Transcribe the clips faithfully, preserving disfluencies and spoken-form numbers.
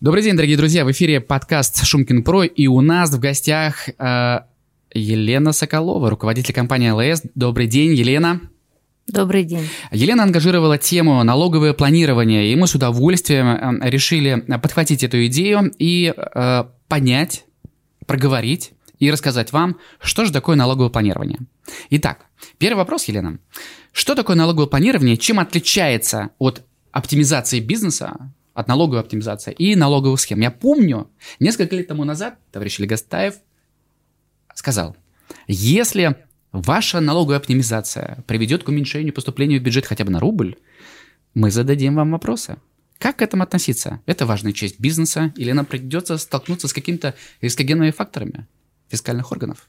Добрый день, дорогие друзья, в эфире подкаст Шумкин Про, и у нас в гостях э, Елена Соколова, руководитель компании эл эс. Добрый день, Елена. Добрый день. Елена ангажировала тему налоговое планирование, и мы с удовольствием решили подхватить эту идею и э, понять, проговорить и рассказать вам, что же такое налоговое планирование. Итак, первый вопрос, Елена. Что такое налоговое планирование, чем отличается от оптимизации бизнеса, от налоговой оптимизации и налоговых схем? Я помню, несколько лет тому назад товарищ Легостаев сказал, если ваша налоговая оптимизация приведет к уменьшению поступления в бюджет хотя бы на рубль, мы зададим вам вопросы. Как к этому относиться? Это важная часть бизнеса, или нам придется столкнуться с какими-то рискогенными факторами фискальных органов?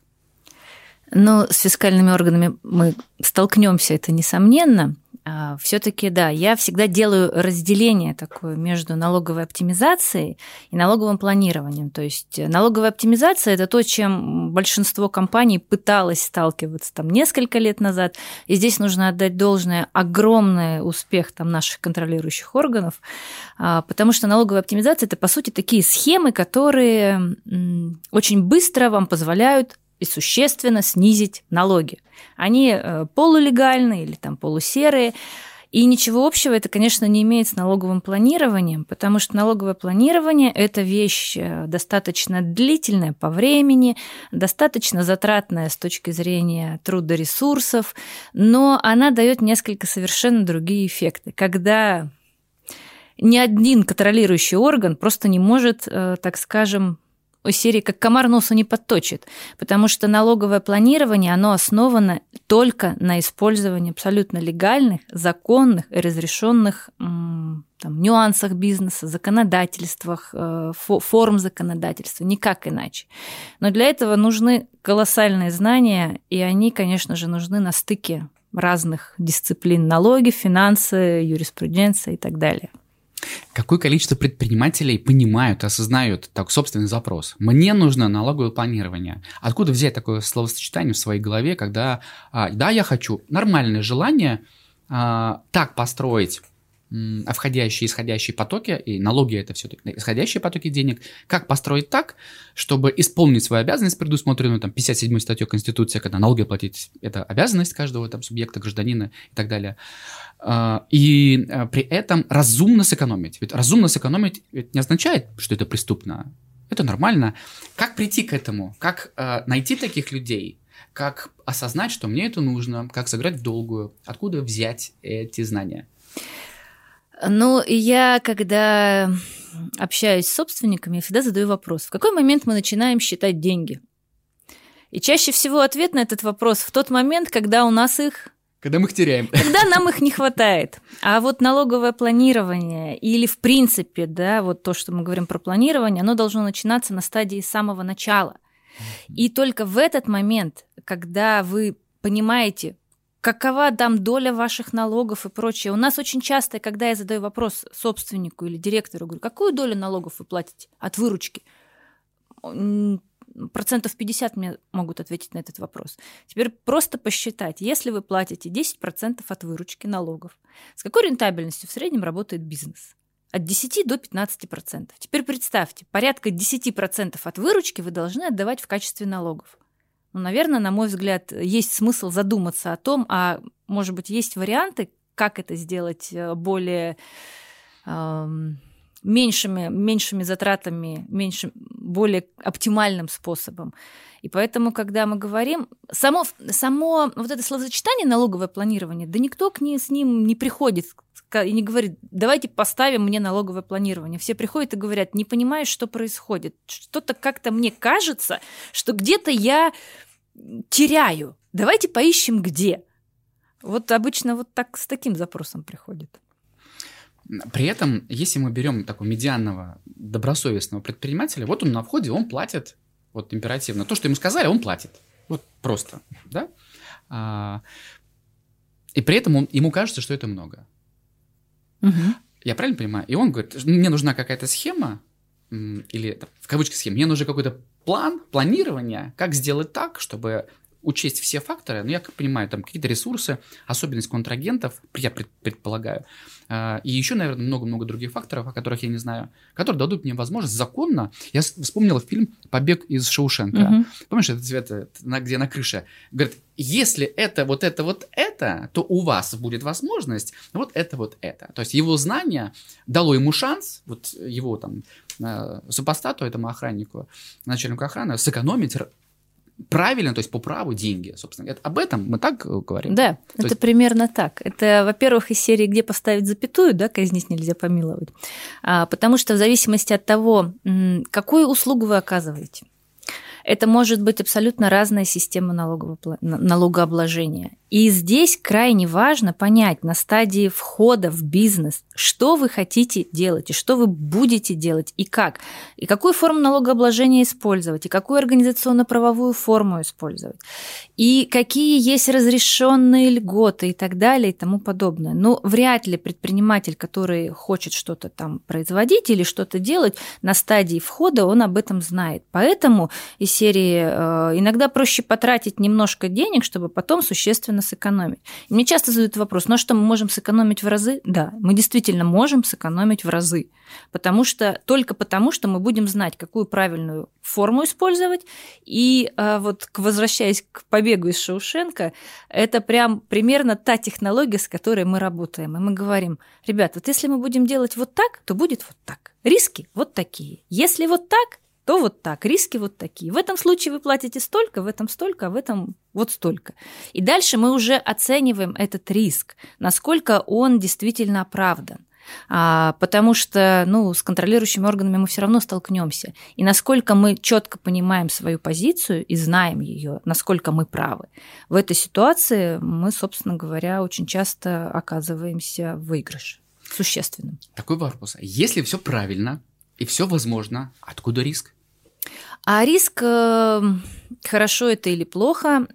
Ну, с фискальными органами мы столкнемся, это несомненно. Все-таки, да, я всегда делаю разделение такое между налоговой оптимизацией и налоговым планированием. То есть налоговая оптимизация – это то, чем большинство компаний пыталось сталкиваться там несколько лет назад. И здесь нужно отдать должное огромный успех там наших контролирующих органов, потому что налоговая оптимизация – это, по сути, такие схемы, которые очень быстро вам позволяют и существенно снизить налоги. Они полулегальные или там полусерые, и ничего общего это, конечно, не имеет с налоговым планированием, потому что налоговое планирование – это вещь достаточно длительная по времени, достаточно затратная с точки зрения трудоресурсов, но она дает несколько совершенно другие эффекты, когда ни один контролирующий орган просто не может, так скажем, из серии «как комар носу не подточит», потому что налоговое планирование, оно основано только на использовании абсолютно легальных, законных и разрешенных там, нюансах бизнеса, законодательствах, форм законодательства, никак иначе. Но для этого нужны колоссальные знания, и они, конечно же, нужны на стыке разных дисциплин: налоги, финансы, юриспруденция и так далее. Какое количество предпринимателей понимают, осознают так, собственный запрос? Мне нужно налоговое планирование. Откуда взять такое словосочетание в своей голове, когда, а, да, я хочу, нормальное желание а, так построить м, входящие и исходящие потоки, и налоги это все-таки исходящие потоки денег, как построить так, чтобы исполнить свою обязанность, предусмотренную там, пятьдесят седьмой статьей Конституции, когда налоги платить – это обязанность каждого там, субъекта, гражданина и так далее. И при этом разумно сэкономить. Ведь разумно сэкономить не означает, что это преступно. Это нормально. Как прийти к этому? Как э, найти таких людей? Как осознать, что мне это нужно? Как сыграть в долгую? Откуда взять эти знания? Ну, я, когда общаюсь с собственниками, я всегда задаю вопрос. В какой момент мы начинаем считать деньги? И чаще всего ответ на этот вопрос в тот момент, когда у нас их... Когда мы их теряем. Когда нам их не хватает. А вот налоговое планирование или, в принципе, да, вот то, что мы говорим про планирование, оно должно начинаться на стадии самого начала. И только в этот момент, когда вы понимаете, какова там доля ваших налогов и прочее. У нас очень часто, когда я задаю вопрос собственнику или директору, говорю, какую долю налогов вы платите от выручки? Процентов пятьдесят мне могут ответить на этот вопрос. Теперь просто посчитать, если вы платите десять процентов от выручки налогов, с какой рентабельностью в среднем работает бизнес? От десяти до пятнадцати процентов. Теперь представьте, порядка десять процентов от выручки вы должны отдавать в качестве налогов. Ну, наверное, на мой взгляд, есть смысл задуматься о том, а может быть, есть варианты, как это сделать более... Эм, меньшими, меньшими затратами, меньшим, более оптимальным способом. И поэтому, когда мы говорим, само, само вот это словосочетание налоговое планирование, да никто к ней, с ним не приходит и не говорит, давайте поставим мне налоговое планирование. Все приходят и говорят, не понимаешь, что происходит. Что-то как-то мне кажется, что где-то я теряю. Давайте поищем где. Вот обычно вот так с таким запросом приходит. При этом, если мы берем такого медианного, добросовестного предпринимателя, вот он на входе, он платит, вот императивно, то, что ему сказали, он платит. Вот просто, да? А, и при этом он, ему кажется, что это много. Угу. Я правильно понимаю? И он говорит, мне нужна какая-то схема, или в кавычках схема, мне нужен какой-то план, планирование, как сделать так, чтобы учесть все факторы, но я как понимаю, там какие-то ресурсы, особенность контрагентов, я предполагаю, и еще, наверное, много-много других факторов, о которых я не знаю, которые дадут мне возможность законно. Я вспомнил фильм «Побег из Шоушенка». Угу. Помнишь, этот цвет, где на крыше? Говорит, если это вот это вот это, то у вас будет возможность вот это вот это. То есть его знание дало ему шанс, вот его там супостату, этому охраннику, начальнику охраны, сэкономить правильно, то есть по праву деньги, собственно. Это, об этом мы так говорим? Да, то это есть... примерно так. Это, во-первых, из серии «Где поставить запятую», да, казнить нельзя помиловать, а, потому что в зависимости от того, какую услугу вы оказываете, это может быть абсолютно разная система налогового, налогообложения. И здесь крайне важно понять на стадии входа в бизнес, что вы хотите делать, и что вы будете делать, и как, и какую форму налогообложения использовать, и какую организационно-правовую форму использовать, и какие есть разрешенные льготы и так далее и тому подобное. Но вряд ли предприниматель, который хочет что-то там производить или что-то делать, на стадии входа он об этом знает. Поэтому из серии иногда проще потратить немножко денег, чтобы потом существенно сэкономить. И мне часто задают вопрос, ну а что, мы можем сэкономить в разы? Да, мы действительно можем сэкономить в разы, потому что, только потому, что мы будем знать, какую правильную форму использовать. И вот, возвращаясь к побегу из Шоушенка, это прям примерно та технология, с которой мы работаем. И мы говорим, ребят, вот если мы будем делать вот так, то будет вот так. Риски вот такие. Если вот так, то вот так, риски вот такие. В этом случае вы платите столько, в этом столько, а в этом вот столько. И дальше мы уже оцениваем этот риск, насколько он действительно оправдан. А, потому что ну, с контролирующими органами мы все равно столкнемся. И насколько мы четко понимаем свою позицию и знаем ее, насколько мы правы. В этой ситуации мы, собственно говоря, очень часто оказываемся в выигрыше существенном. Такой вопрос. Если все правильно, и все возможно, откуда риск? А риск, хорошо это или плохо,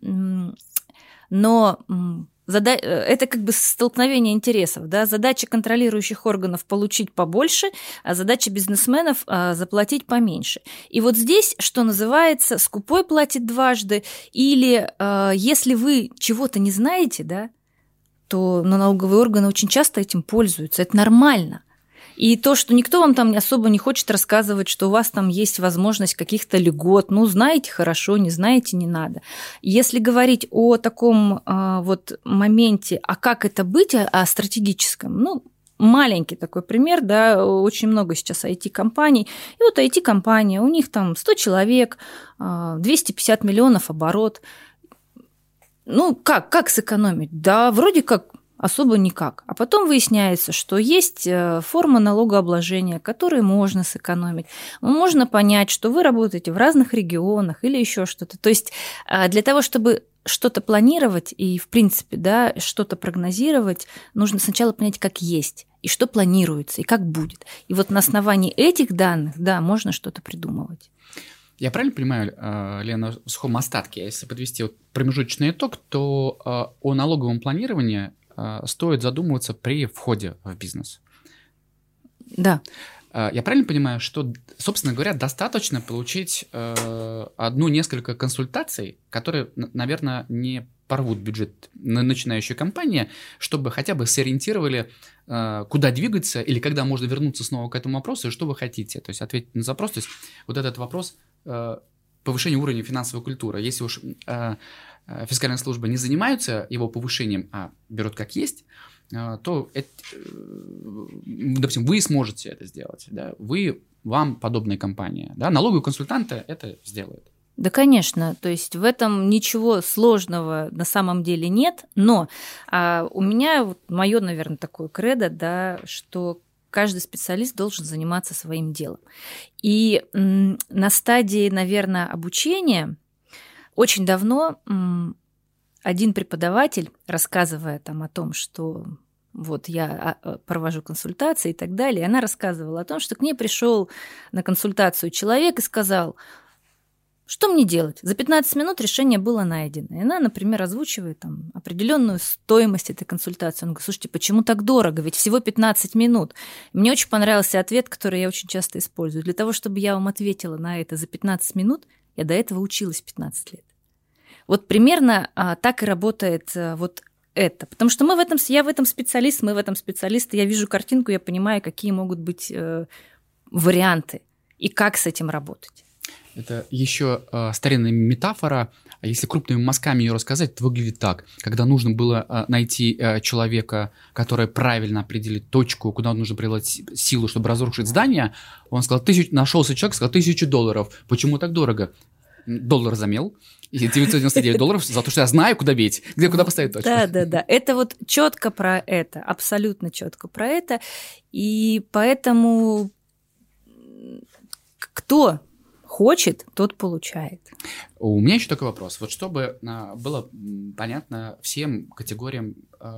но это как бы столкновение интересов. Да? Задача контролирующих органов получить побольше, а задача бизнесменов заплатить поменьше. И вот здесь, что называется, скупой платит дважды, или если вы чего-то не знаете, да, то налоговые органы очень часто этим пользуются. Это нормально. И то, что никто вам там особо не хочет рассказывать, что у вас там есть возможность каких-то льгот, ну, знаете, хорошо, не знаете, не надо. Если говорить о таком а, вот моменте, а как это быть, о стратегическом, ну, маленький такой пример, да, очень много сейчас ай ти-компаний, и вот ай ти-компания, у них там сто человек, двести пятьдесят миллионов оборот. Ну, как, как сэкономить? Да, вроде как особо никак. А потом выясняется, что есть форма налогообложения, которые можно сэкономить. Можно понять, что вы работаете в разных регионах или еще что-то. То есть для того, чтобы что-то планировать и, в принципе, да, что-то прогнозировать, нужно сначала понять, как есть, и что планируется, и как будет. И вот на основании этих данных, да, можно что-то придумывать. Я правильно понимаю, Лена, в сухом остатке, если подвести вот промежуточный итог, то о налоговом планировании стоит задумываться при входе в бизнес? Да. Я правильно понимаю, что, собственно говоря, достаточно получить одну-несколько консультаций, которые, наверное, не порвут бюджет на начинающую компанию, чтобы хотя бы сориентировали, куда двигаться или когда можно вернуться снова к этому вопросу и что вы хотите. То есть ответить на запрос. То есть вот этот вопрос повышения уровня финансовой культуры. Если уж фискальная служба не занимаются его повышением, а берут как есть, то, это, допустим, вы сможете это сделать. Да? Вы, вам подобная компания. Да? Налоговые консультанты это сделают. Да, конечно, то есть в этом ничего сложного на самом деле нет, но а, у меня вот мое, наверное, такое кредо, да, что каждый специалист должен заниматься своим делом. И м, на стадии, наверное, обучения очень давно м, один преподаватель, рассказывая там о том, что вот я провожу консультации и так далее, она рассказывала о том, что к ней пришел на консультацию человек и сказал: что мне делать? За пятнадцать минут решение было найдено. И она, например, озвучивает там определенную стоимость этой консультации. Он говорит: слушайте, почему так дорого? Ведь всего пятнадцать минут. Мне очень понравился ответ, который я очень часто использую. Для того, чтобы я вам ответила на это за пятнадцать минут, я до этого училась пятнадцать лет. Вот примерно а, так и работает а, вот это. Потому что мы в этом, я в этом специалист, мы в этом специалисты, я вижу картинку, я понимаю, какие могут быть э, варианты и как с этим работать. Это еще э, старинная метафора. Если крупными мазками ее рассказать, это выглядит так. Когда нужно было э, найти э, человека, который правильно определит точку, куда нужно приложить силу, чтобы разрушить здание, он сказал, тысяч... нашелся человек, сказал, тысячу долларов. Почему так дорого? Доллар замел. И девятьсот девяносто девять долларов за то, что я знаю, куда бить, где куда поставить точку. Да, да, да. Это вот четко про это, абсолютно четко про это. И поэтому кто хочет, тот получает. У меня еще такой вопрос. Вот чтобы было понятно всем категориям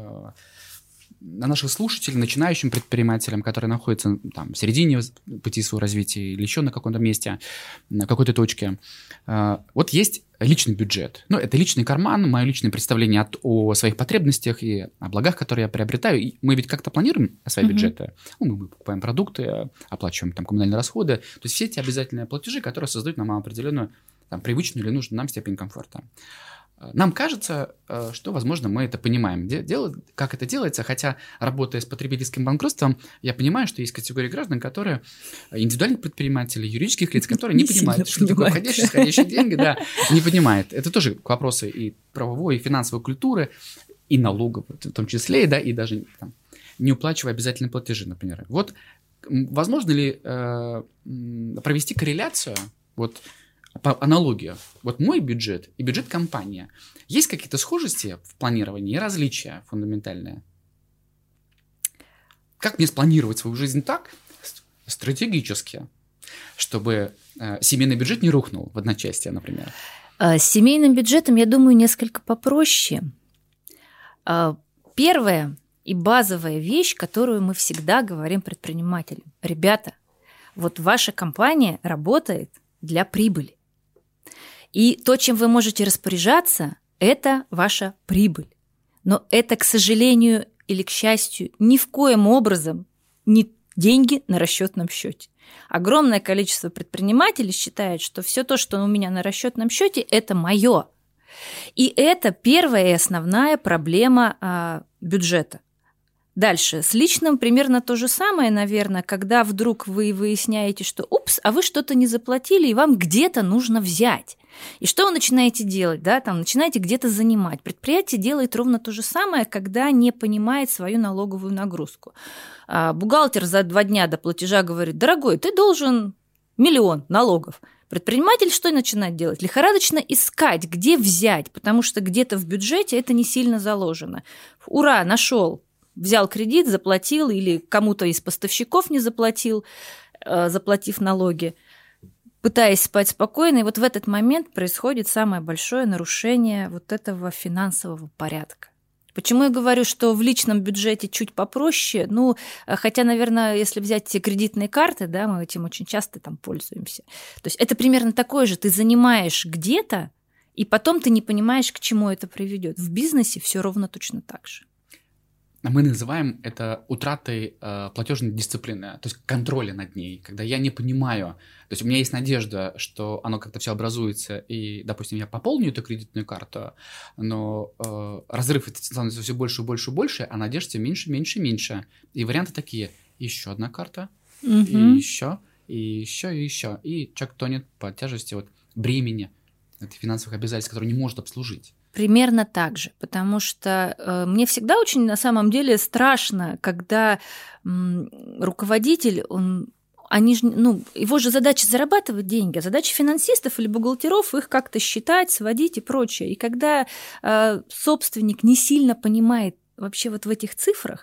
наших слушателей, начинающим предпринимателям, которые находятся там, в середине пути своего развития или еще на каком-то месте, на какой-то точке. Вот есть личный бюджет. Ну, это личный карман, мое личное представление от, о своих потребностях и о благах, которые я приобретаю. И мы ведь как-то планируем свои uh-huh. бюджеты. Ну, мы покупаем продукты, оплачиваем там коммунальные расходы. То есть все эти обязательные платежи, которые создают нам определенную там, привычную или нужную нам степень комфорта. Нам кажется, что, возможно, мы это понимаем, как это делается, хотя, работая с потребительским банкротством, я понимаю, что есть категории граждан, которые, индивидуальных предпринимателей, юридических лиц, которые не, не понимают, что такое входящие, исходящие деньги, да, не понимают. Это тоже к вопросу и правовой, и финансовой культуры, и налогов в том числе, да, и даже там, не уплачивая обязательные платежи, например. Вот возможно ли э, провести корреляцию, вот, по аналогии, вот мой бюджет и бюджет компании, есть какие-то схожести в планировании и различия фундаментальные? Как мне спланировать свою жизнь так, стратегически, чтобы э, семейный бюджет не рухнул в одночасье, например? С семейным бюджетом, я думаю, несколько попроще. Первая и базовая вещь, которую мы всегда говорим предпринимателям. Ребята, вот ваша компания работает для прибыли. И то, чем вы можете распоряжаться, это ваша прибыль. Но это, к сожалению или к счастью, ни в коем образом не деньги на расчетном счете. Огромное количество предпринимателей считает, что все то, что у меня на расчетном счете, это мое. И это первая и основная проблема а, бюджета. Дальше. С личным примерно то же самое, наверное, когда вдруг вы выясняете, что упс, а вы что-то не заплатили, и вам где-то нужно взять. И что вы начинаете делать? Да? Там, начинаете где-то занимать. Предприятие делает ровно то же самое, когда не понимает свою налоговую нагрузку. А бухгалтер за два дня до платежа говорит: дорогой, ты должен миллион налогов. Предприниматель что начинает делать? Лихорадочно искать, где взять, потому что где-то в бюджете это не сильно заложено. Ура, нашел. Взял кредит, заплатил, или кому-то из поставщиков не заплатил, заплатив налоги, пытаясь спать спокойно. И вот в этот момент происходит самое большое нарушение вот этого финансового порядка. Почему я говорю, что в личном бюджете чуть попроще? Ну, хотя, наверное, если взять те кредитные карты, да, мы этим очень часто там пользуемся. То есть это примерно такое же. Ты занимаешь где-то, и потом ты не понимаешь, к чему это приведет. В бизнесе все ровно точно так же. Мы называем это утратой э, платежной дисциплины, то есть контроля над ней, когда я не понимаю, то есть у меня есть надежда, что оно как-то все образуется, и, допустим, я пополню эту кредитную карту, но э, разрыв становится все больше и больше и больше, а надежд все меньше, меньше, меньше. И варианты такие: еще одна карта, угу. и еще, и еще, и еще. И человек тонет под тяжестью вот бремени этих финансовых обязательств, которые не может обслужить. Примерно так же, потому что э, мне всегда очень на самом деле страшно, когда м, руководитель, он, они ж, ну, его же задача зарабатывать деньги, а задача финансистов или бухгалтеров их как-то считать, сводить и прочее. И когда э, собственник не сильно понимает вообще вот в этих цифрах,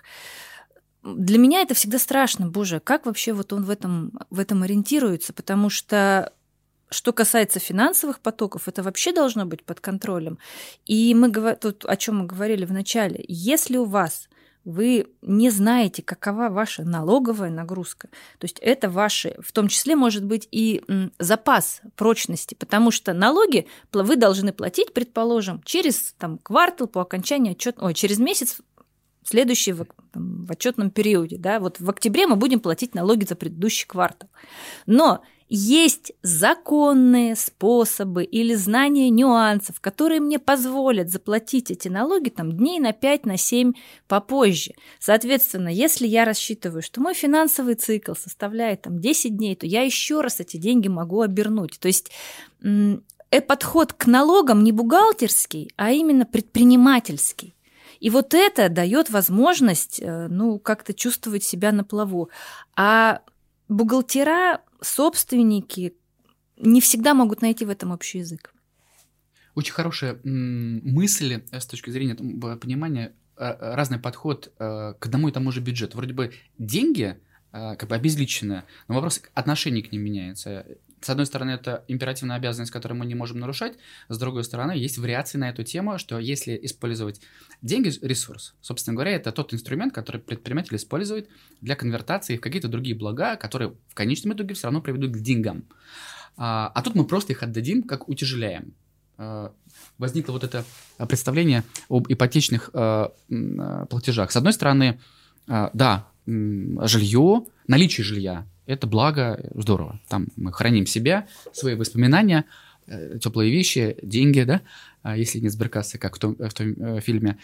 для меня это всегда страшно. Боже, как вообще вот он в этом, в этом ориентируется, потому что что касается финансовых потоков, это вообще должно быть под контролем. И мы тут о чем мы говорили в начале. Если у вас вы не знаете, какова ваша налоговая нагрузка, то есть это ваши, в том числе может быть и запас прочности, потому что налоги вы должны платить, предположим, через там, квартал по окончании отчета, ой, через месяц следующий в, там, в отчетном периоде. Да? Вот в октябре мы будем платить налоги за предыдущий квартал. Но есть законные способы или знания нюансов, которые мне позволят заплатить эти налоги там, дней на пять, на семь попозже. Соответственно, если я рассчитываю, что мой финансовый цикл составляет там, десять дней, то я еще раз эти деньги могу обернуть. То есть подход к налогам не бухгалтерский, а именно предпринимательский. И вот это дает возможность, ну, как-то чувствовать себя на плаву. А бухгалтера, собственники не всегда могут найти в этом общий язык. Очень хорошая мысль с точки зрения понимания, разный подход к одному и тому же бюджету. Вроде бы деньги как бы обезличены, но вопрос отношений к ним меняется. С одной стороны, это императивная обязанность, которую мы не можем нарушать. С другой стороны, есть вариации на эту тему, что если использовать деньги, ресурс, собственно говоря, это тот инструмент, который предприниматель использует для конвертации в какие-то другие блага, которые в конечном итоге все равно приведут к деньгам. А, а тут мы просто их отдадим, как утяжеляем. А, возникло вот это представление об ипотечных а, а, платежах. С одной стороны, а, да, жилье, наличие жилья – это благо, здорово. Там мы храним себя, свои воспоминания, теплые вещи, деньги, да, если нет сберкассы, как в том, в том фильме.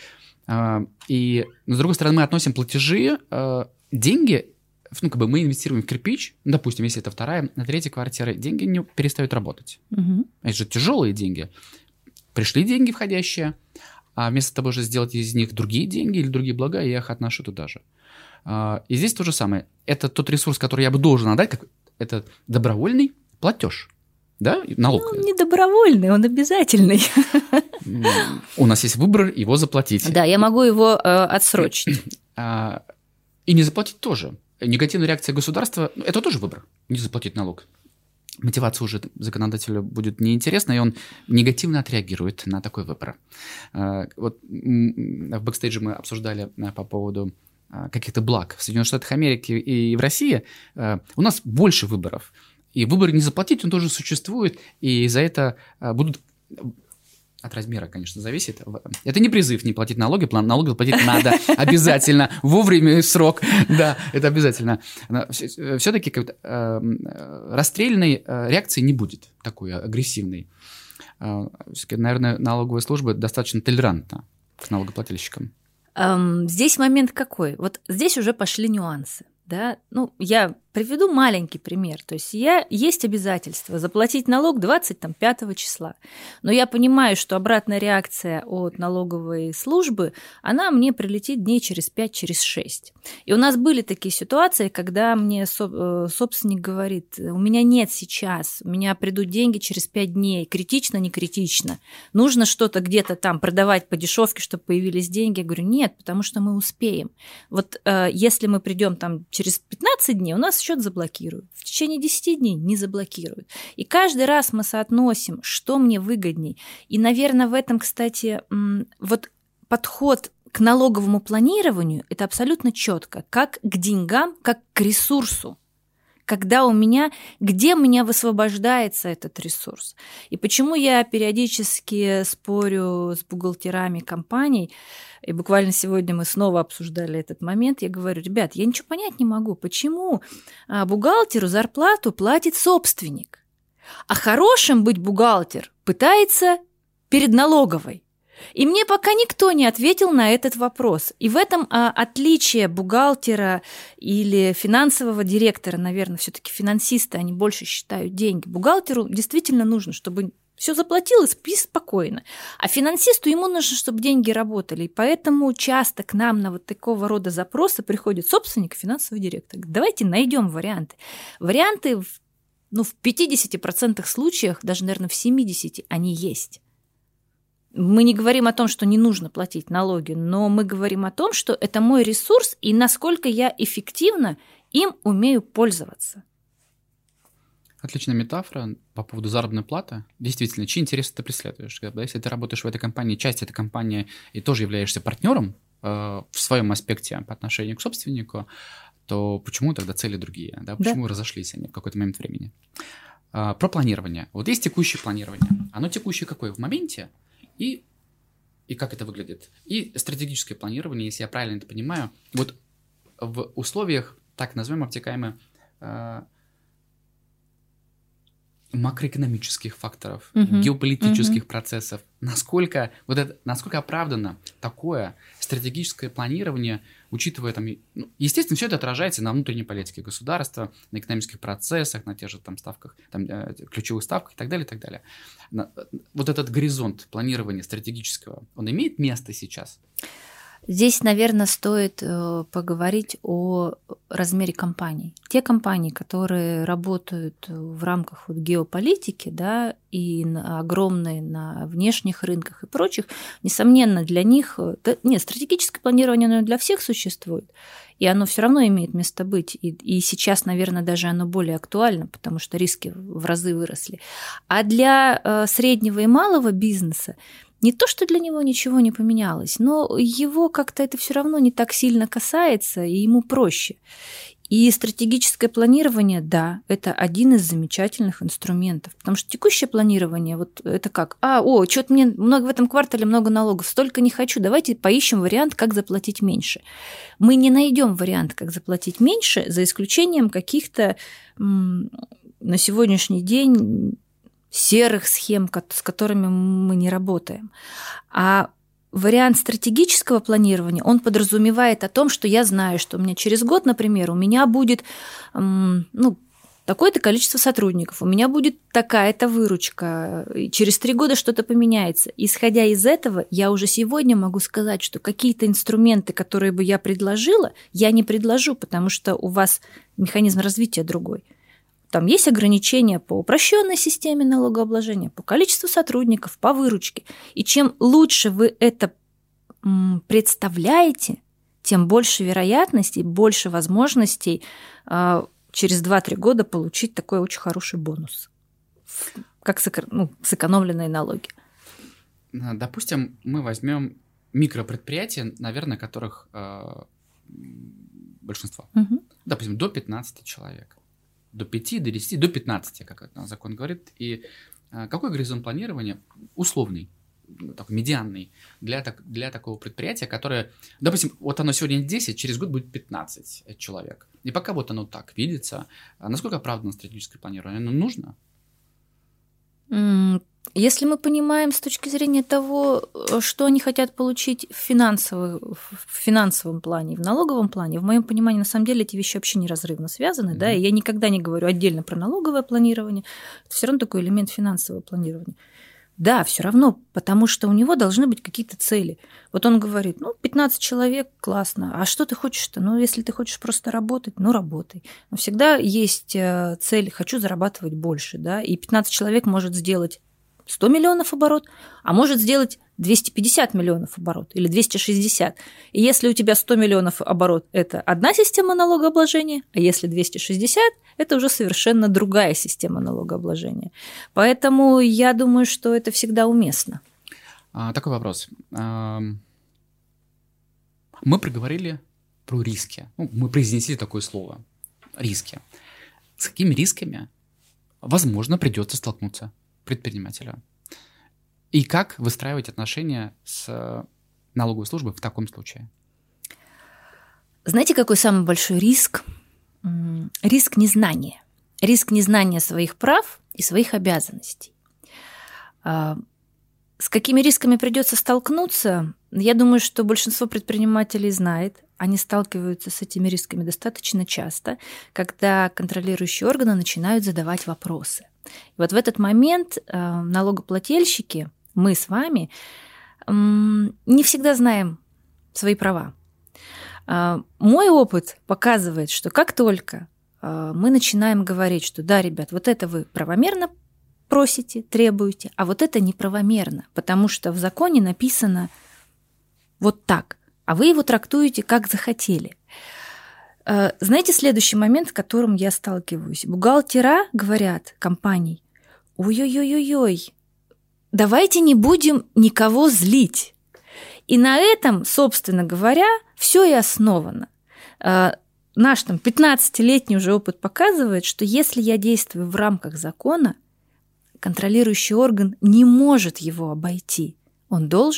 И, но с другой стороны, мы относим платежи, деньги, ну, как бы мы инвестируем в кирпич, допустим, если это вторая, третья квартира, деньги не перестают работать. Угу. Это же тяжелые деньги. Пришли деньги входящие, а вместо того же сделать из них другие деньги или другие блага, я их отношу туда же. И здесь то же самое. Это тот ресурс, который я бы должен отдать, как это добровольный платеж. Да? Налог. Ну, он не добровольный, он обязательный. У нас есть выбор его заплатить. Да, я могу его э, отсрочить. И не заплатить тоже. Негативная реакция государства – это тоже выбор. Не заплатить налог. Мотивация уже законодателю будет неинтересна, и он негативно отреагирует на такой выбор. Вот в бэкстейдже мы обсуждали по поводу каких-то благ в Соединенных Штатах Америки и в России, у нас больше выборов. И выбор не заплатить, он тоже существует, и за это будут... От размера, конечно, зависит. Это не призыв не платить налоги, налоги платить надо обязательно, вовремя и в срок. Да, это обязательно. Все-таки расстрельной реакции не будет, такой агрессивной. Наверное, налоговая служба достаточно толерантна к налогоплательщикам. Здесь момент какой? Вот здесь уже пошли нюансы. Да? Ну, я приведу маленький пример. То есть я, есть обязательство заплатить налог двадцать пятого числа. Но я понимаю, что обратная реакция от налоговой службы, она мне прилетит дней через пять, через шесть. И у нас были такие ситуации, когда мне собственник говорит, у меня нет сейчас, у меня придут деньги через пять дней, критично, не критично. Нужно что-то где-то там продавать по дешевке, чтобы появились деньги. Я говорю, нет, потому что мы успеем. Вот э, если мы придем там через пятнадцать дней, у нас счет заблокируют. В течение десяти дней не заблокируют. И каждый раз мы соотносим, что мне выгодней. И, наверное, в этом, кстати, вот подход к налоговому планированию – это абсолютно четко, как к деньгам, как к ресурсу. Когда у меня, где у меня высвобождается этот ресурс. И почему я периодически спорю с бухгалтерами компаний, и буквально сегодня мы снова обсуждали этот момент, я говорю, ребят, я ничего понять не могу, почему бухгалтеру зарплату платит собственник, а хорошим быть бухгалтер пытается перед налоговой. И мне пока никто не ответил на этот вопрос. И в этом а, отличие бухгалтера или финансового директора, наверное, все-таки финансисты, они больше считают деньги. Бухгалтеру действительно нужно, чтобы все заплатил и спи спокойно. А финансисту ему нужно, чтобы деньги работали. И поэтому часто к нам на вот такого рода запросы приходит собственник и финансовый директор. Говорит, давайте найдем варианты. Варианты в, ну, в пятидесяти процентах случаях, даже, наверное, в семидесяти процентах они есть. Мы не говорим о том, что не нужно платить налоги, но мы говорим о том, что это мой ресурс и насколько я эффективно им умею пользоваться. Отличная метафора по поводу заработной платы. Действительно, чьи интересы ты преследуешь? Если ты работаешь в этой компании, часть этой компании, и тоже являешься партнером э, в своем аспекте по отношению к собственнику, то почему тогда цели другие? Да? Почему да. разошлись они в какой-то момент времени? Э, про планирование. Вот есть текущее планирование. Оно текущее какое? В моменте? И, и как это выглядит? И стратегическое планирование, если я правильно это понимаю, вот в условиях, так назовем, обтекаемой э, макроэкономических факторов, Мгм. геополитических Мгм. процессов. Насколько, вот это, насколько оправдано такое стратегическое планирование, учитывая там, и- ну, естественно, все это отражается на внутренней политике государства, на экономических процессах, на тех же там ставках, там, э, ключевых ставках и так далее, и так далее. На- вот этот горизонт планирования стратегического, он имеет место сейчас? Здесь, наверное, стоит э, поговорить о размере компаний. Те компании, которые работают в рамках вот геополитики, да, и на- огромные на внешних рынках и прочих, несомненно, для них... э, да, нет, стратегическое планирование, оно для всех существует, и оно все равно имеет место быть. И, и сейчас, наверное, даже оно более актуально, потому что риски в разы выросли. А для э, среднего и малого бизнеса не то, что для него ничего не поменялось, но его как-то это все равно не так сильно касается, и ему проще. И стратегическое планирование, да, это один из замечательных инструментов, потому что текущее планирование, вот это как, а, о, что-то мне много в этом квартале много налогов, столько не хочу, давайте поищем вариант, как заплатить меньше. Мы не найдем вариант, как заплатить меньше, за исключением каких-то м, на сегодняшний день серых схем, с которыми мы не работаем. А вариант стратегического планирования, он подразумевает о том, что я знаю, что у меня через год, например, у меня будет ну, такое-то количество сотрудников, у меня будет такая-то выручка, и через три года что-то поменяется. Исходя из этого, я уже сегодня могу сказать, что какие-то инструменты, которые бы я предложила, я не предложу, потому что у вас механизм развития другой. Там есть ограничения по упрощенной системе налогообложения, по количеству сотрудников, по выручке. И чем лучше вы это представляете, тем больше вероятностей, больше возможностей через два-три года получить такой очень хороший бонус, как ну, сэкономленные налоги. Допустим, мы возьмем микропредприятия, наверное, которых э, большинство. Угу. Допустим, до пятнадцати человек. До пяти, до десяти, до пятнадцати, как это закон говорит. И а, какой горизонт планирования условный, такой медианный для, так, для такого предприятия, которое, допустим, вот оно сегодня десять, через год будет пятнадцать человек. И пока вот оно так видится, а насколько оправдано стратегическое планирование? Оно нужно? Если мы понимаем с точки зрения того, что они хотят получить в, в финансовом плане, в налоговом плане, в моем понимании, на самом деле, эти вещи вообще неразрывно связаны, mm-hmm. да, и я никогда не говорю отдельно про налоговое планирование, это все равно такой элемент финансового планирования. Да, все равно, потому что у него должны быть какие-то цели. Вот он говорит, ну, пятнадцать человек, классно, а что ты хочешь-то? Ну, если ты хочешь просто работать, ну, работай. Но всегда есть цель, хочу зарабатывать больше, да, и пятнадцать человек может сделать сто миллионов оборот, а может сделать двести пятьдесят миллионов оборот или двести шестьдесят. И если у тебя сто миллионов оборот – это одна система налогообложения, а если двести шестьдесят – это уже совершенно другая система налогообложения. Поэтому я думаю, что это всегда уместно. А, такой вопрос. А, мы проговорили про риски. Ну, мы произнесли такое слово – риски. С какими рисками, возможно, придется столкнуться предпринимателю? И как выстраивать отношения с налоговой службой в таком случае? Знаете, какой самый большой риск? Риск незнания. Риск незнания своих прав и своих обязанностей. С какими рисками придется столкнуться? Я думаю, что большинство предпринимателей знает. Они сталкиваются с этими рисками достаточно часто, когда контролирующие органы начинают задавать вопросы. И вот в этот момент налогоплательщики, мы с вами, не всегда знаем свои права. Мой опыт показывает, что как только мы начинаем говорить, что да, ребят, вот это вы правомерно просите, требуете, а вот это неправомерно, потому что в законе написано вот так, а вы его трактуете как захотели. Знаете, следующий момент, с которым я сталкиваюсь. Бухгалтера говорят компаний: ой-ой-ой-ой-ой, давайте не будем никого злить. И на этом, собственно говоря, все и основано. Наш там пятнадцатилетний уже опыт показывает, что если я действую в рамках закона, контролирующий орган не может его обойти. Он должен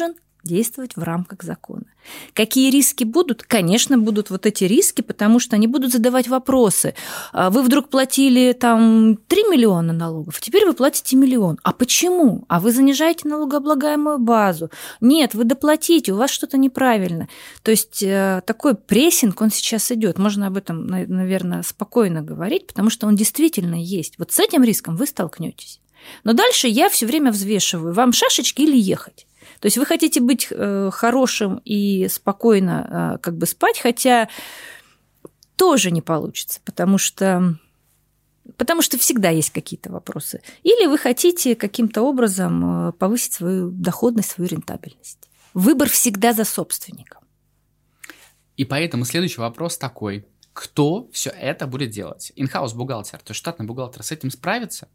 действовать в рамках закона. Какие риски будут? Конечно, будут вот эти риски, потому что они будут задавать вопросы. Вы вдруг платили там три миллиона налогов, а теперь вы платите миллион. А почему? А вы занижаете налогооблагаемую базу? Нет, вы доплатите, у вас что-то неправильно. То есть такой прессинг, он сейчас идет. Можно об этом, наверное, спокойно говорить, потому что он действительно есть. Вот с этим риском вы столкнетесь. Но дальше я все время взвешиваю, вам шашечки или ехать. То есть вы хотите быть хорошим и спокойно как бы спать, хотя тоже не получится, потому что, потому что всегда есть какие-то вопросы. Или вы хотите каким-то образом повысить свою доходность, свою рентабельность. Выбор всегда за собственником. И поэтому следующий вопрос такой. Кто все это будет делать? In-house бухгалтер, то есть штатный бухгалтер с этим справится?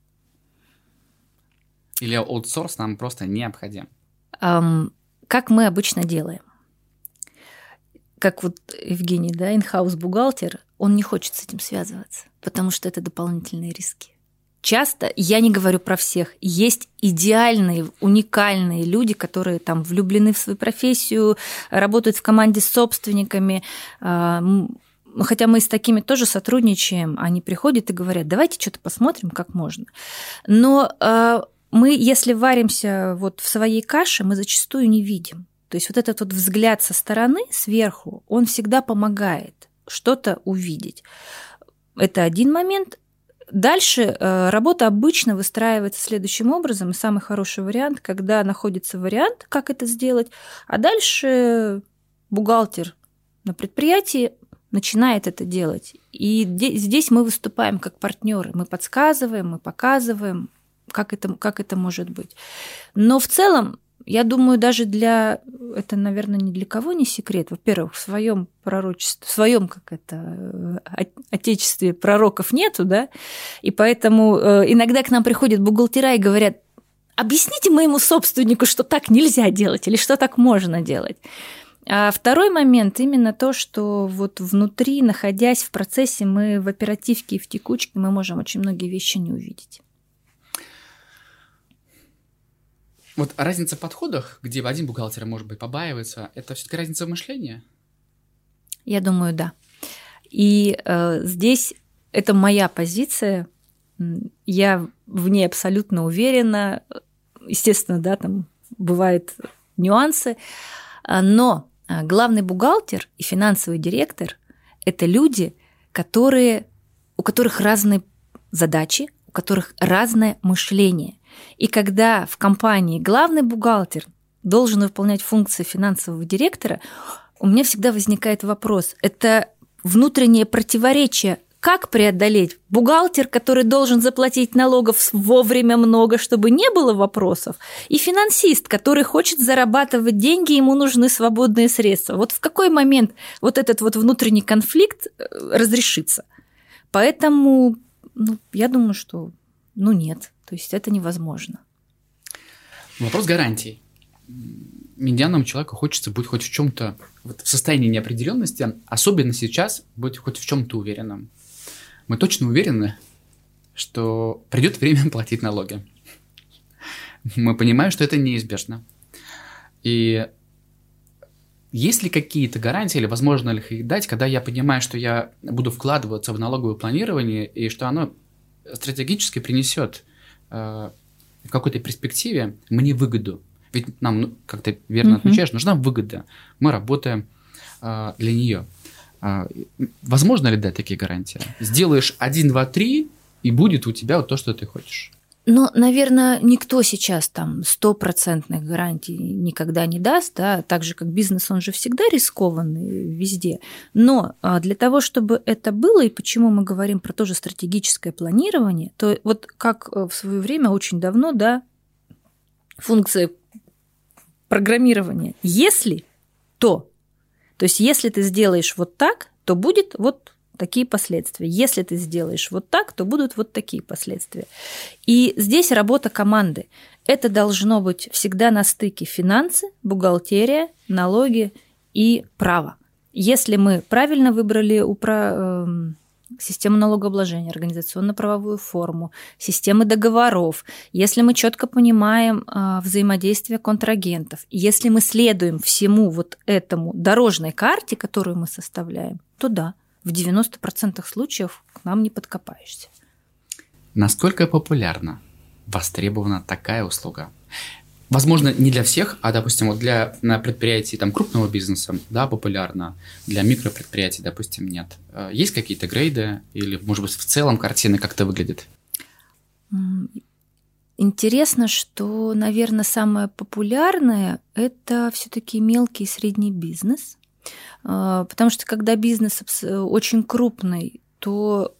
Или аутсорс нам просто необходим? Um, как мы обычно делаем? Как вот Евгений, да, in-house бухгалтер, он не хочет с этим связываться, потому что это дополнительные риски. Часто, я не говорю про всех, есть идеальные, уникальные люди, которые там влюблены в свою профессию, работают в команде с собственниками. Хотя мы с такими тоже сотрудничаем, они приходят и говорят, давайте что-то посмотрим, как можно. Но мы, если варимся вот в своей каше, мы зачастую не видим. То есть вот этот вот взгляд со стороны, сверху, он всегда помогает что-то увидеть. Это один момент. Дальше работа обычно выстраивается следующим образом. И самый хороший вариант, когда находится вариант, как это сделать, а дальше бухгалтер на предприятии начинает это делать. И здесь мы выступаем как партнеры. Мы подсказываем, мы показываем, как это, как это может быть. Но в целом, я думаю, даже для... Это, наверное, ни для кого не секрет. Во-первых, в своем пророчестве, в своем, как это, отечестве пророков нету, да, и поэтому иногда к нам приходят бухгалтера и говорят, объясните моему собственнику, что так нельзя делать или что так можно делать. А второй момент именно то, что вот внутри, находясь в процессе, мы в оперативке и в текучке, мы можем очень многие вещи не увидеть. Вот разница в подходах, где один бухгалтер, может быть, побаивается, это все-таки разница в мышлении? Я думаю, да. И э, здесь это моя позиция. Я в ней абсолютно уверена. Естественно, да, там бывают нюансы. Но главный бухгалтер и финансовый директор – это люди, которые, у которых разные задачи, у которых разное мышление. И когда в компании главный бухгалтер должен выполнять функции финансового директора, у меня всегда возникает вопрос. Это внутреннее противоречие. Как преодолеть? Бухгалтер, который должен заплатить налогов вовремя много, чтобы не было вопросов, и финансист, который хочет зарабатывать деньги, ему нужны свободные средства. Вот в какой момент вот этот вот внутренний конфликт разрешится? Поэтому ну, я думаю, что ну нет. То есть это невозможно. Вопрос гарантий. Медианному человеку хочется быть хоть в чем-то вот в состоянии неопределенности, особенно сейчас быть хоть в чем-то уверенным. Мы точно уверены, что придет время платить налоги. Мы понимаем, что это неизбежно. И есть ли какие-то гарантии, или возможно ли их дать, когда я понимаю, что я буду вкладываться в налоговое планирование, и что оно стратегически принесет в какой-то перспективе мне выгоду. Ведь нам, ну, как ты верно mm-hmm. отмечаешь, нужна выгода. Мы работаем а, для нее. А, возможно ли дать такие гарантии? Сделаешь один, два, три, и будет у тебя вот то, что ты хочешь. Ну, наверное, никто сейчас там стопроцентных гарантий никогда не даст, да, так же, как бизнес, он же всегда рискованный везде. Но для того, чтобы это было, и почему мы говорим про тоже стратегическое планирование, то вот как в свое время, очень давно, да, функция программирования «если», то, то есть если ты сделаешь вот так, то будет вот такие последствия. Если ты сделаешь вот так, то будут вот такие последствия. И здесь работа команды. Это должно быть всегда на стыке финансы, бухгалтерия, налоги и право. Если мы правильно выбрали упра... систему налогообложения, организационно-правовую форму, системы договоров, если мы четко понимаем а, взаимодействие контрагентов, если мы следуем всему вот этому дорожной карте, которую мы составляем, то да, в девяноста процентах случаев к нам не подкопаешься. Насколько популярна, востребована такая услуга? Возможно, не для всех, а, допустим, вот для на предприятий там, крупного бизнеса, да, популярно, для микропредприятий, допустим, нет. Есть какие-то грейды или, может быть, в целом картина как-то выглядит? Интересно, что, наверное, самое популярное – это все-таки мелкий и средний бизнес, потому что когда бизнес очень крупный, то,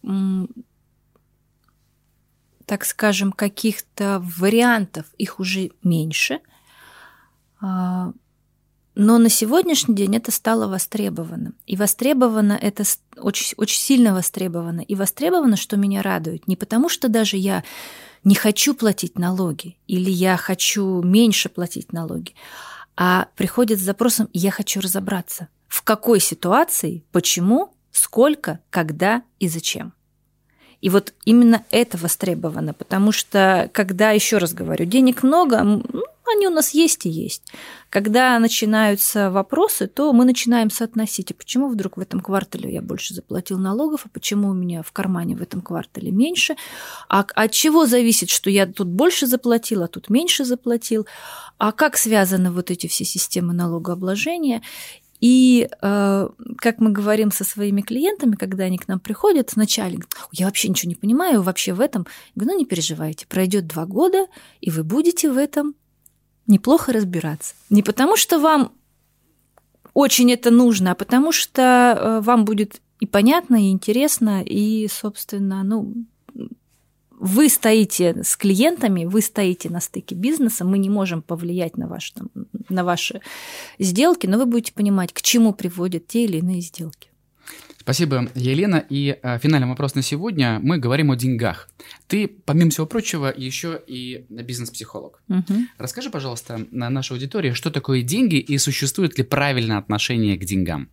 так скажем, каких-то вариантов их уже меньше, но на сегодняшний день это стало востребовано. И востребовано это очень, очень сильно востребовано. И востребовано, что меня радует, не потому что даже я не хочу платить налоги или я хочу меньше платить налоги, а приходит с запросом «я хочу разобраться, в какой ситуации, почему, сколько, когда и зачем». И вот именно это востребовано, потому что, когда, еще раз говорю, денег много, ну, они у нас есть и есть. Когда начинаются вопросы, то мы начинаем соотносить, а почему вдруг в этом квартале я больше заплатил налогов, а почему у меня в кармане в этом квартале меньше, а от чего зависит, что я тут больше заплатил, а тут меньше заплатил, а как связаны вот эти все системы налогообложения. И э, как мы говорим со своими клиентами, когда они к нам приходят, вначале говорят, я вообще ничего не понимаю вообще в этом. Я говорю, ну не переживайте, пройдет два года, и вы будете в этом неплохо разбираться. Не потому, что вам очень это нужно, а потому что вам будет и понятно, и интересно, и, собственно, ну, вы стоите с клиентами, вы стоите на стыке бизнеса, мы не можем повлиять на, ваш, там, на ваши сделки, но вы будете понимать, к чему приводят те или иные сделки. Спасибо, Елена. И э, финальный вопрос на сегодня. Мы говорим о деньгах. Ты, помимо всего прочего, еще и бизнес-психолог. Угу. Расскажи, пожалуйста, на нашей аудитории, что такое деньги и существует ли правильное отношение к деньгам?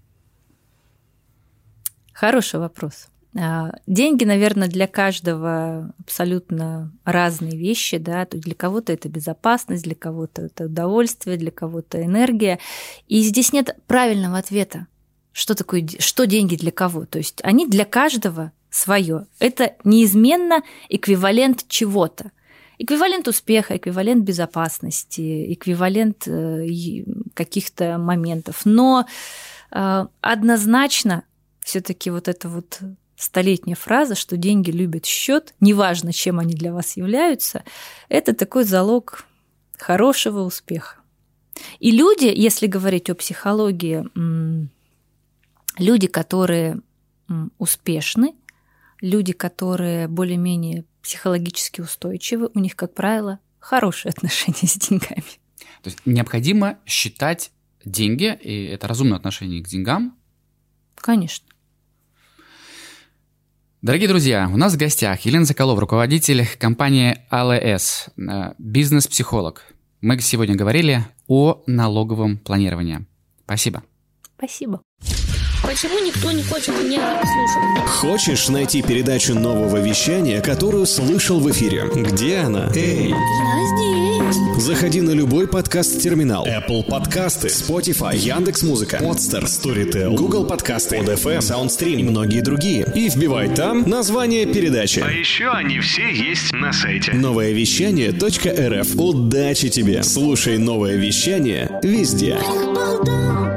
Хороший вопрос. Деньги, наверное, для каждого абсолютно разные вещи, да, для кого-то это безопасность, для кого-то это удовольствие, для кого-то энергия. И здесь нет правильного ответа, что такое, что деньги для кого. То есть они для каждого свое. Это неизменно эквивалент чего-то. Эквивалент успеха, эквивалент безопасности, эквивалент каких-то моментов. Но однозначно все-таки вот это вот столетняя фраза, что деньги любят счет, неважно, чем они для вас являются, это такой залог хорошего успеха. И люди, если говорить о психологии, люди, которые успешны, люди, которые более-менее психологически устойчивы, у них, как правило, хорошие отношения с деньгами. То есть необходимо считать деньги, и это разумное отношение к деньгам? Конечно. Дорогие друзья, у нас в гостях Елена Соколова, руководитель компании эл эс, бизнес-психолог. Мы сегодня говорили о налоговом планировании. Спасибо. Спасибо. Почему никто не хочет меня слушать? Хочешь найти передачу нового вещания, которую слышал в эфире? Где она? Эй! Я здесь. Заходи на любой подкаст-терминал. Apple подкасты, Spotify, Яндекс.Музыка, Podster, Storytel, Google подкасты, Pod эф эм, Soundstream и многие другие. И вбивай там название передачи. А еще они все есть на сайте. новое вещание точка эр эф. Удачи тебе! Слушай новое вещание везде. Балда.